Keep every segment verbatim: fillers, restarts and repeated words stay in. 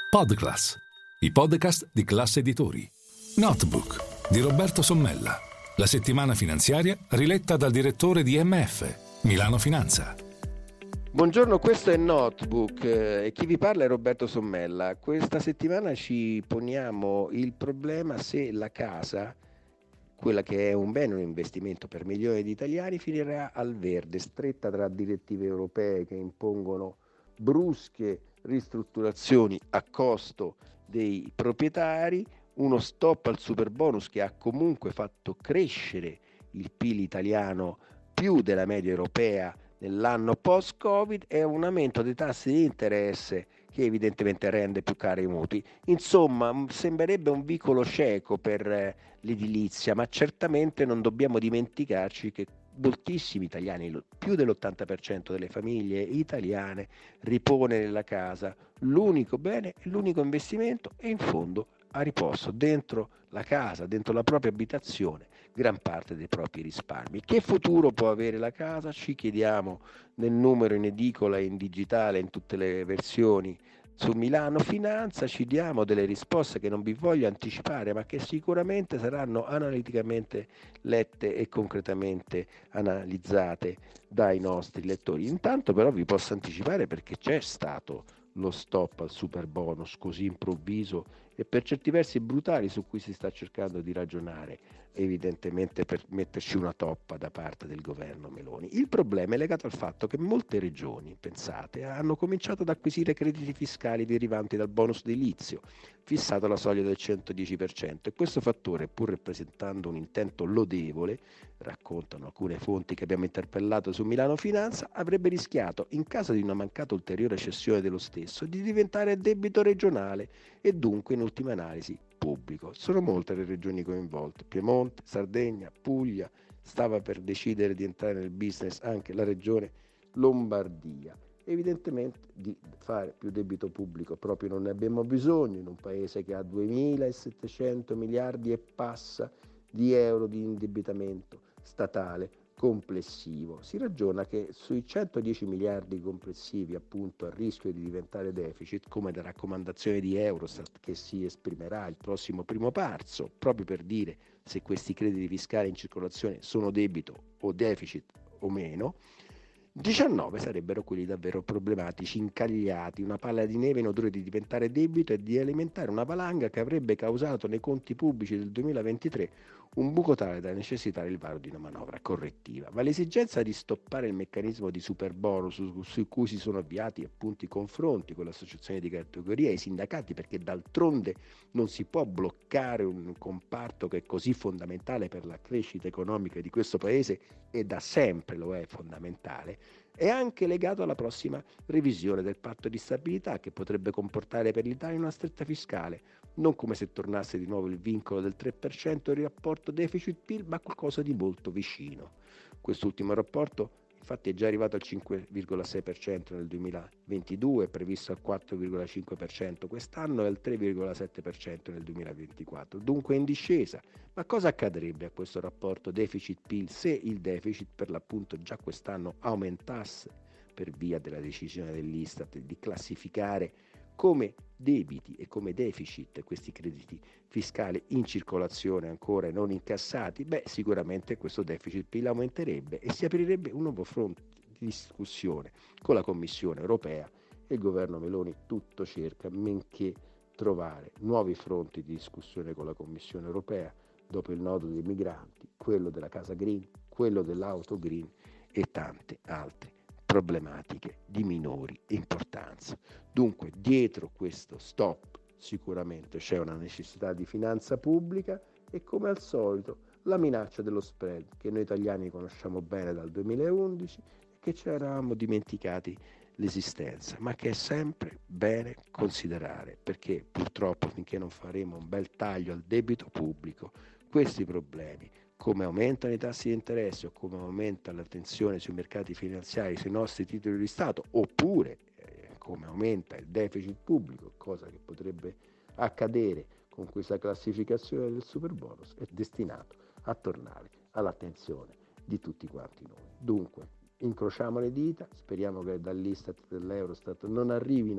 Podclass, i podcast di Classe Editori. Notebook di Roberto Sommella, la settimana finanziaria riletta dal direttore di M F, Milano Finanza. Buongiorno, questo è Notebook eh, e chi vi parla è Roberto Sommella. Questa settimana ci poniamo il problema se la casa, quella che è un bene, un investimento per milioni di italiani, finirà al verde, stretta tra direttive europee che impongono brusche ristrutturazioni a costo dei proprietari, uno stop al superbonus che ha comunque fatto crescere il P I L italiano più della media europea nell'anno post-Covid e un aumento dei tassi di interesse che evidentemente rende più cari i mutui. Insomma, sembrerebbe un vicolo cieco per eh, l'edilizia, ma certamente non dobbiamo dimenticarci che moltissimi italiani, più dell'ottanta per cento delle famiglie italiane, ripone nella casa l'unico bene, l'unico investimento e in fondo ha riposto dentro la casa, dentro la propria abitazione, gran parte dei propri risparmi. Che futuro può avere la casa? Ci chiediamo nel numero in edicola e in digitale in tutte le versioni su Milano Finanza, ci diamo delle risposte che non vi voglio anticipare, ma che sicuramente saranno analiticamente lette e concretamente analizzate dai nostri lettori. Intanto però vi posso anticipare perché c'è stato lo stop al superbonus così improvviso e per certi versi brutali su cui si sta cercando di ragionare, evidentemente per metterci una toppa da parte del governo Meloni. Il problema è legato al fatto che molte regioni, pensate, hanno cominciato ad acquisire crediti fiscali derivanti dal bonus edilizio, fissato alla soglia del centodieci per cento, e questo fattore, pur rappresentando un intento lodevole, raccontano alcune fonti che abbiamo interpellato su Milano Finanza, avrebbe rischiato, in caso di una mancata ulteriore cessione dello stesso, di diventare debito regionale e dunque in ultima analisi pubblico. Sono molte le regioni coinvolte: Piemonte, Sardegna, Puglia, stava per decidere di entrare nel business anche la regione Lombardia. Evidentemente di fare più debito pubblico proprio non ne abbiamo bisogno in un paese che ha duemilasettecento miliardi e passa di euro di indebitamento statale complessivo. Si ragiona che sui centodieci miliardi complessivi, appunto a rischio di diventare deficit, come da raccomandazione di Eurostat che si esprimerà il prossimo primo marzo, proprio per dire se questi crediti fiscali in circolazione sono debito o deficit o meno, diciannove sarebbero quelli davvero problematici, incagliati, una palla di neve in odore di diventare debito e di alimentare una valanga che avrebbe causato nei conti pubblici del duemilaventitré un buco tale da necessitare il varo di una manovra correttiva. Ma l'esigenza di stoppare il meccanismo di superbonus su, su cui si sono avviati appunto i confronti con l'associazione di categoria e i sindacati, perché d'altronde non si può bloccare un comparto che è così fondamentale per la crescita economica di questo paese e da sempre lo è fondamentale, è anche legato alla prossima revisione del patto di stabilità che potrebbe comportare per l'Italia una stretta fiscale, non come se tornasse di nuovo il vincolo del tre per cento di rapporto deficit-P I L, ma qualcosa di molto vicino. Quest'ultimo rapporto infatti è già arrivato al cinque virgola sei per cento nel duemilaventidue, è previsto al quattro virgola cinque per cento quest'anno e al tre virgola sette per cento nel duemilaventiquattro, dunque in discesa. Ma cosa accadrebbe a questo rapporto deficit-P I L se il deficit per l'appunto già quest'anno aumentasse per via della decisione dell'Istat di classificare come debiti e come deficit questi crediti fiscali in circolazione ancora e non incassati? Beh, sicuramente questo deficit P I L aumenterebbe e si aprirebbe un nuovo fronte di discussione con la Commissione europea e il governo Meloni tutto cerca, benché trovare nuovi fronti di discussione con la Commissione europea dopo il nodo dei migranti, quello della casa green, quello dell'auto green e tante altre problematiche di minori importanza. Dunque, dietro questo stop sicuramente c'è una necessità di finanza pubblica e, come al solito, la minaccia dello spread che noi italiani conosciamo bene dal duemilaundici e che ci eravamo dimenticati l'esistenza, ma che è sempre bene considerare, perché purtroppo finché non faremo un bel taglio al debito pubblico, questi problemi, come aumentano i tassi di interesse o come aumenta la tensione sui mercati finanziari, sui nostri titoli di Stato, oppure eh, come aumenta il deficit pubblico, cosa che potrebbe accadere con questa classificazione del superbonus, è destinato a tornare all'attenzione di tutti quanti noi. Dunque, incrociamo le dita, speriamo che dall'Istat e dall'Eurostat non arrivino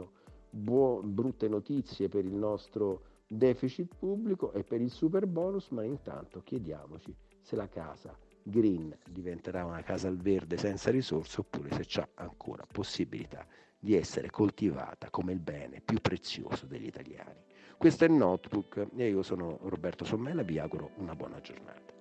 buo- brutte notizie per il nostro deficit pubblico e per il super bonus, ma intanto chiediamoci se la casa green diventerà una casa al verde senza risorse oppure se c'ha ancora possibilità di essere coltivata come il bene più prezioso degli italiani. Questo è Notebook e io sono Roberto Sommella, vi auguro una buona giornata.